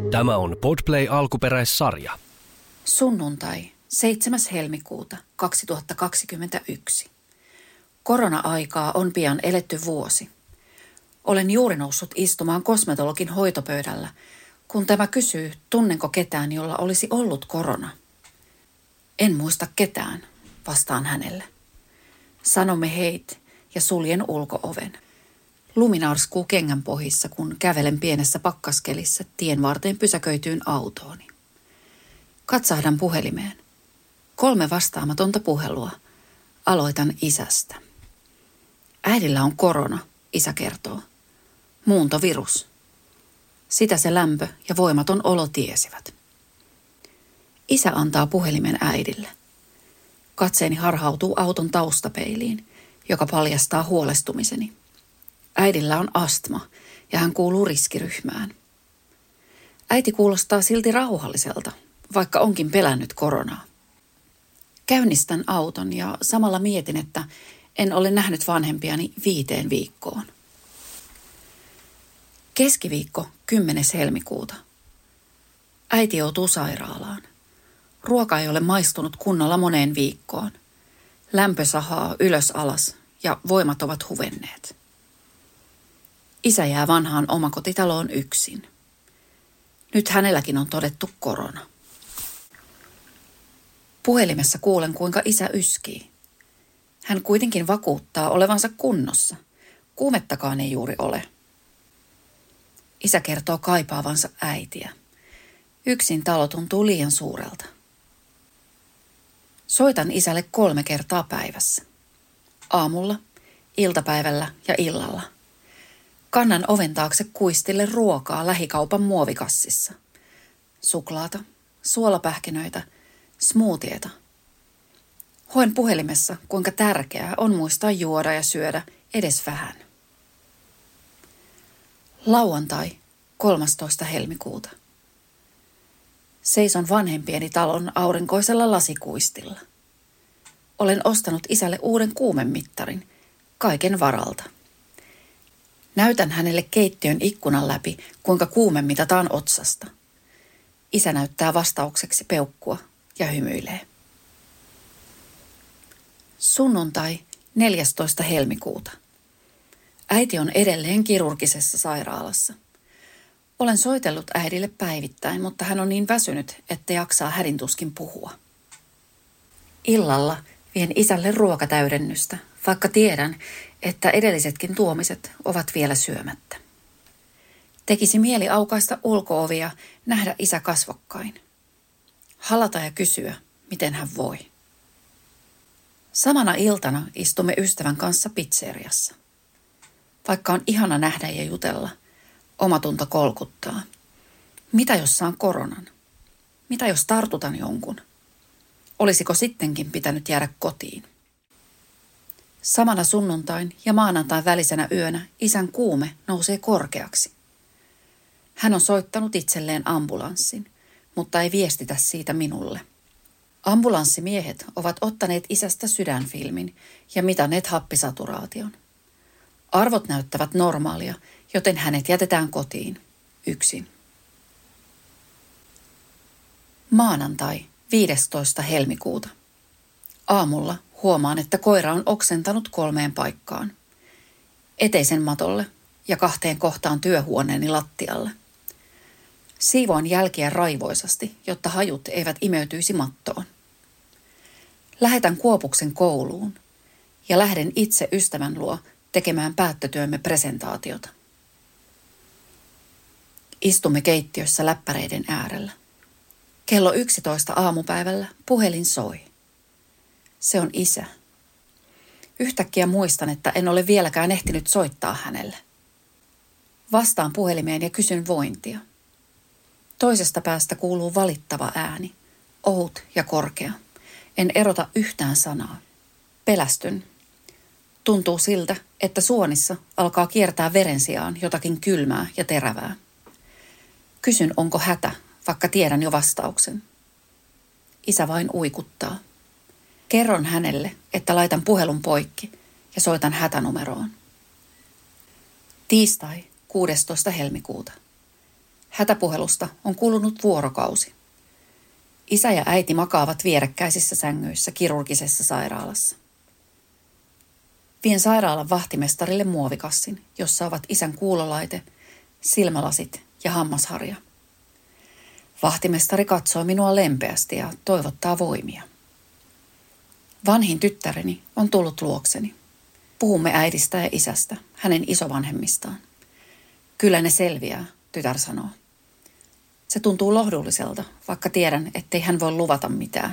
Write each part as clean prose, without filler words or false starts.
Tämä on Podplay alkuperäissarja. Sunnuntai, 7. helmikuuta 2021. Korona-aikaa on pian eletty vuosi. Olen juuri noussut istumaan kosmetologin hoitopöydällä, kun tämä kysyy, tunnenko ketään, jolla olisi ollut korona. En muista ketään, vastaan hänelle. Sanomme heit ja suljen ulko-oven. Lumi narskuu kengän pohjissa, kun kävelen pienessä pakkaskelissä tien varteen pysäköityyn autooni. Katsahdan puhelimeen. 3 vastaamatonta puhelua. Aloitan isästä. Äidillä on korona, isä kertoo. Muuntovirus. Sitä se lämpö ja voimaton olo tiesivät. Isä antaa puhelimen äidille. Katseeni harhautuu auton taustapeiliin, joka paljastaa huolestumiseni. Äidillä on astma ja hän kuuluu riskiryhmään. Äiti kuulostaa silti rauhalliselta, vaikka onkin pelännyt koronaa. Käynnistän auton ja samalla mietin, että en ole nähnyt vanhempiani 5 viikkoon. Keskiviikko 10. helmikuuta. Äiti joutuu sairaalaan. Ruoka ei ole maistunut kunnolla moneen viikkoon. Lämpö sahaa ylös alas ja voimat ovat huvenneet. Isä jää vanhaan omakotitaloon yksin. Nyt hänelläkin on todettu korona. Puhelimessa kuulen, kuinka isä yskii. Hän kuitenkin vakuuttaa olevansa kunnossa. Kuumettakaan ei juuri ole. Isä kertoo kaipaavansa äitiä. Yksin talo tuntuu liian suurelta. Soitan isälle 3 kertaa päivässä. Aamulla, iltapäivällä ja illalla. Kannan oven taakse kuistille ruokaa lähikaupan muovikassissa. Suklaata, suolapähkinöitä, smoothieta. Hoen puhelimessa, kuinka tärkeää on muistaa juoda ja syödä edes vähän. Lauantai, 13. helmikuuta. Seison vanhempieni talon aurinkoisella lasikuistilla. Olen ostanut isälle uuden kuumemittarin, kaiken varalta. Näytän hänelle keittiön ikkunan läpi, kuinka kuume mitataan otsasta. Isä näyttää vastaukseksi peukkua ja hymyilee. Sunnuntai, 14. helmikuuta. Äiti on edelleen kirurgisessa sairaalassa. Olen soitellut äidille päivittäin, mutta hän on niin väsynyt, että jaksaa hädintuskin puhua. Illalla vien isälle ruokatäydennystä, vaikka tiedän, että edellisetkin tuomiset ovat vielä syömättä. Tekisi mieli aukaista ulko-ovia, nähdä isä kasvokkain. Halata ja kysyä, miten hän voi. Samana iltana istumme ystävän kanssa pizzeriassa. Vaikka on ihana nähdä ja jutella, omatunto kolkuttaa. Mitä jos saan koronan? Mitä jos tartutan jonkun? Olisiko sittenkin pitänyt jäädä kotiin? Samana sunnuntain ja maanantain välisenä yönä isän kuume nousee korkeaksi. Hän on soittanut itselleen ambulanssin, mutta ei viestitä siitä minulle. Ambulanssimiehet ovat ottaneet isästä sydänfilmin ja mitanneet happisaturaation. Arvot näyttävät normaalia, joten hänet jätetään kotiin, yksin. Maanantai, 15. helmikuuta. Aamulla huomaan, että koira on oksentanut 3 paikkaan. Eteisen matolle ja 2 kohtaan työhuoneeni lattialle. Siivoan jälkiä raivoisasti, jotta hajut eivät imeytyisi mattoon. Lähetän Kuopuksen kouluun ja lähden itse ystävän luo tekemään päättötyömme presentaatiota. Istumme keittiössä läppäreiden äärellä. Kello 11 aamupäivällä puhelin soi. Se on isä. Yhtäkkiä muistan, että en ole vieläkään ehtinyt soittaa hänelle. Vastaan puhelimeen ja kysyn vointia. Toisesta päästä kuuluu valittava ääni, ohut ja korkea. En erota yhtään sanaa. Pelästyn. Tuntuu siltä, että suonissa alkaa kiertää veren sijaan jotakin kylmää ja terävää. Kysyn, onko hätä, vaikka tiedän jo vastauksen. Isä vain uikuttaa. Kerron hänelle, että laitan puhelun poikki ja soitan hätänumeroon. Tiistai, 16. helmikuuta. Hätäpuhelusta on kulunut vuorokausi. Isä ja äiti makaavat vierekkäisissä sängyissä kirurgisessa sairaalassa. Vien sairaalan vahtimestarille muovikassin, jossa ovat isän kuulolaite, silmälasit ja hammasharja. Vahtimestari katsoo minua lempeästi ja toivottaa voimia. Vanhin tyttäreni on tullut luokseni. Puhumme äidistä ja isästä, hänen isovanhemmistaan. Kyllä ne selviää, tytär sanoo. Se tuntuu lohdulliselta, vaikka tiedän, ettei hän voi luvata mitään.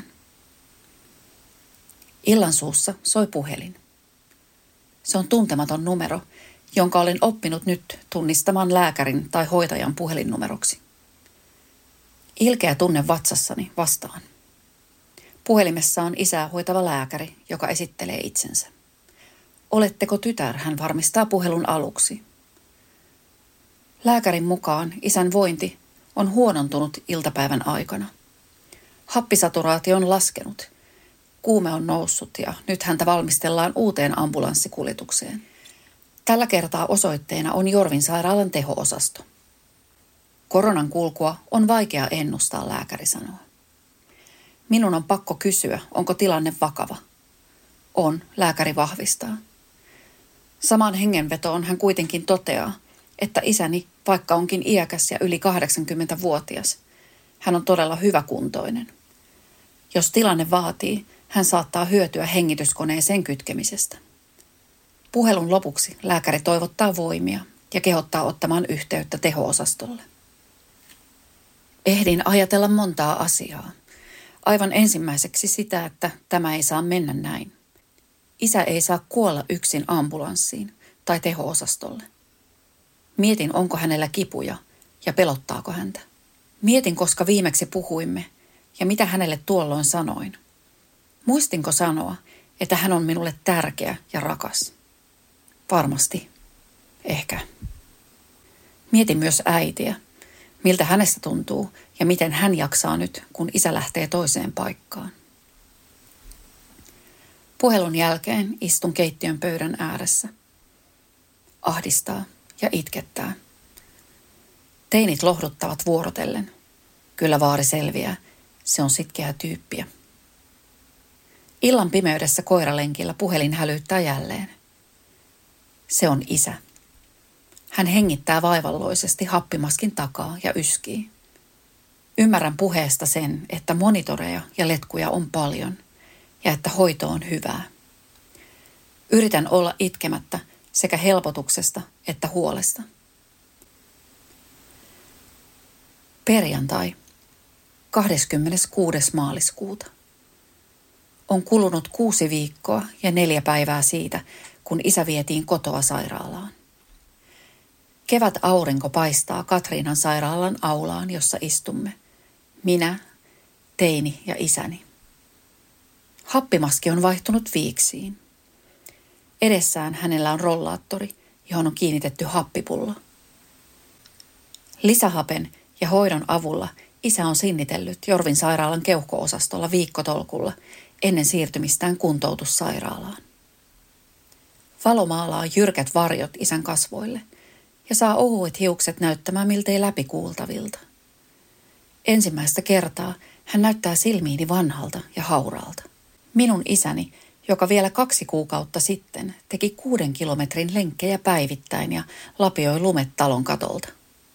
Illan suussa soi puhelin. Se on tuntematon numero, jonka olen oppinut nyt tunnistamaan lääkärin tai hoitajan puhelinnumeroksi. Ilkeä tunne vatsassani vastaan. Puhelimessa on isää hoitava lääkäri, joka esittelee itsensä. Oletteko tytär, hän varmistaa puhelun aluksi. Lääkärin mukaan isän vointi on huonontunut iltapäivän aikana. Happisaturaatio on laskenut. Kuume on noussut ja nyt häntä valmistellaan uuteen ambulanssikuljetukseen. Tällä kertaa osoitteena on Jorvin sairaalan teho-osasto. Koronan kulkua on vaikea ennustaa, lääkäri sanoo. Minun on pakko kysyä, onko tilanne vakava. On, lääkäri vahvistaa. Samaan hengenvetoon hän kuitenkin toteaa, että isäni, vaikka onkin iäkäs ja yli 80-vuotias, hän on todella hyväkuntoinen. Jos tilanne vaatii, hän saattaa hyötyä hengityskoneeseen kytkemisestä. Puhelun lopuksi lääkäri toivottaa voimia ja kehottaa ottamaan yhteyttä teho-osastolle. Ehdin ajatella montaa asiaa. Aivan ensimmäiseksi sitä, että tämä ei saa mennä näin. Isä ei saa kuolla yksin ambulanssiin tai teho-osastolle. Mietin, onko hänellä kipuja ja pelottaako häntä. Mietin, koska viimeksi puhuimme ja mitä hänelle tuolloin sanoin. Muistinko sanoa, että hän on minulle tärkeä ja rakas? Varmasti. Ehkä. Mietin myös äitiä, miltä hänestä tuntuu ja miten hän jaksaa nyt, kun isä lähtee toiseen paikkaan. Puhelun jälkeen istun keittiön pöydän ääressä. Ahdistaa ja itkettää. Teinit lohduttavat vuorotellen. Kyllä vaari selviää, se on sitkeää tyyppiä. Illan pimeydessä koiralenkillä puhelin hälyttää jälleen. Se on isä. Hän hengittää vaivalloisesti happimaskin takaa ja yskii. Ymmärrän puheesta sen, että monitoreja ja letkuja on paljon ja että hoito on hyvää. Yritän olla itkemättä sekä helpotuksesta että huolesta. Perjantai, 26. maaliskuuta. On kulunut 6 viikkoa ja 4 päivää siitä, kun isä vietiin kotoa sairaalaan. Kevät aurinko paistaa Katriinan sairaalan aulaan, jossa istumme. Minä, teini ja isäni. Happimaski on vaihtunut viiksiin. Edessään hänellä on rollaattori, johon on kiinnitetty happipullo. Lisähapen ja hoidon avulla isä on sinnitellyt Jorvin sairaalan keuhko-osastolla viikkotolkulla ennen siirtymistään kuntoutussairaalaan. Valo maalaa jyrkät varjot isän kasvoille ja saa ohuet hiukset näyttämään miltei läpikuultavilta. Ensimmäistä kertaa hän näyttää silmiini vanhalta ja hauraalta. Minun isäni, joka vielä 2 kuukautta sitten teki 6 kilometrin lenkkejä päivittäin ja lapioi lumet talon katolta.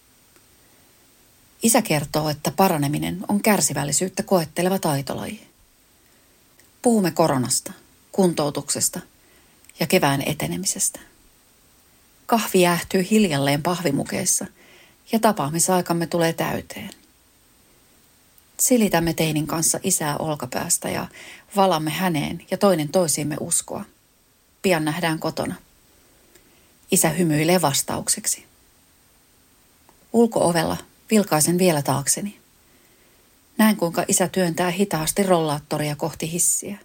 Isä kertoo, että paraneminen on kärsivällisyyttä koetteleva taitolaji. Puhumme koronasta, kuntoutuksesta ja kevään etenemisestä. Kahvi jäähtyy hiljalleen pahvimukeissa ja tapaamisaikamme tulee täyteen. Silitämme teinin kanssa isää olkapäästä ja valamme häneen ja toinen toisiimme uskoa. Pian nähdään kotona. Isä hymyilee vastaukseksi. Ulko-ovella vilkaisen vielä taakseni. Näen, kuinka isä työntää hitaasti rollaattoria kohti hissiä.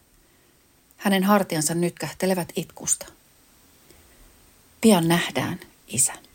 Hänen hartiansa nytkähtelevät itkusta. Pian nähdään, isä.